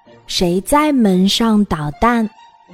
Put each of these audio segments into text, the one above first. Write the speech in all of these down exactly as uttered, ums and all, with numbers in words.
谁在门上捣蛋？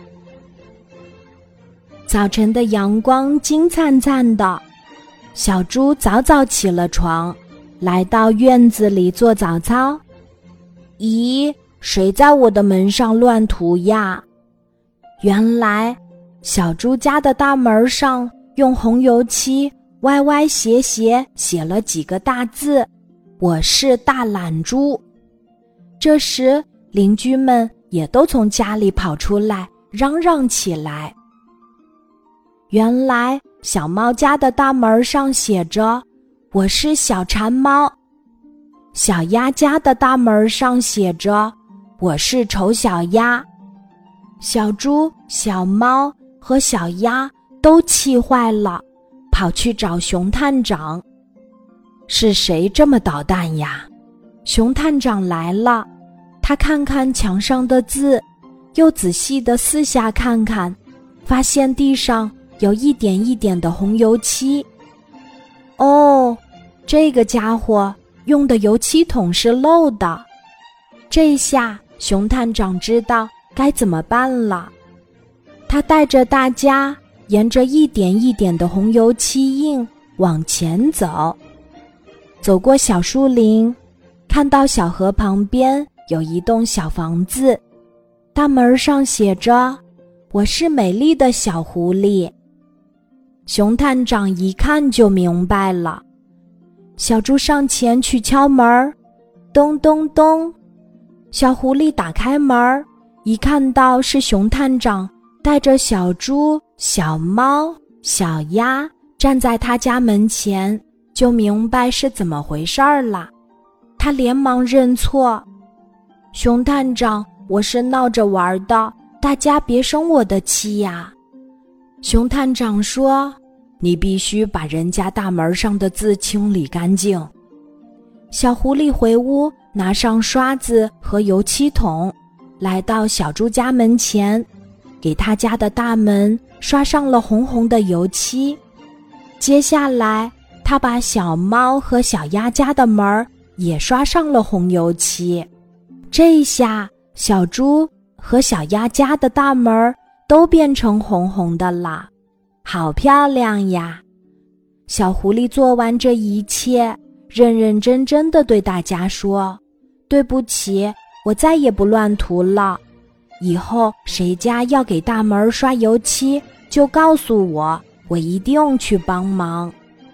早晨的阳光金灿灿的，小猪早早起了床，来到院子里做早操。咦，谁在我的门上乱涂呀？原来小猪家的大门上用红油漆歪歪斜斜写了几个大字：我是大懒猪。这时邻居们也都从家里跑出来嚷嚷起来。原来小猫家的大门上写着我是小馋猫，小鸭家的大门上写着我是丑小鸭。小猪、小猫和小鸭都气坏了，跑去找熊探长。是谁这么捣蛋呀？熊探长来了，他看看墙上的字，又仔细地四下看看，发现地上有一点一点的红油漆。哦，这个家伙用的油漆桶是漏的。这下熊探长知道该怎么办了。他带着大家沿着一点一点的红油漆印往前走，走过小树林，看到小河旁边有一栋小房子，大门上写着我是美丽的小狐狸。熊探长一看就明白了，小猪上前去敲门，咚咚咚，小狐狸打开门，一看到是熊探长带着小猪、小猫、小鸭站在他家门前，就明白是怎么回事了。他连忙认错，熊探长，我是闹着玩的，大家别生我的气呀。熊探长说，你必须把人家大门上的字清理干净。小狐狸回屋，拿上刷子和油漆桶，来到小猪家门前，给他家的大门刷上了红红的油漆。接下来他把小猫和小鸭家的门也刷上了红油漆。这下小猪和小鸭家的大门都变成红红的了，好漂亮呀！小狐狸做完这一切，认认真真地对大家说，对不起，我再也不乱涂了，以后谁家要给大门刷油漆就告诉我，我一定去帮忙。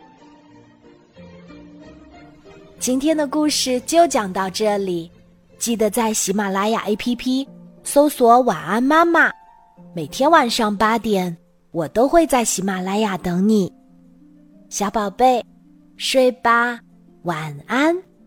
今天的故事就讲到这里，记得在喜马拉雅 A P P 搜索晚安妈妈，每天晚上八点我都会在喜马拉雅等你。小宝贝，睡吧，晚安。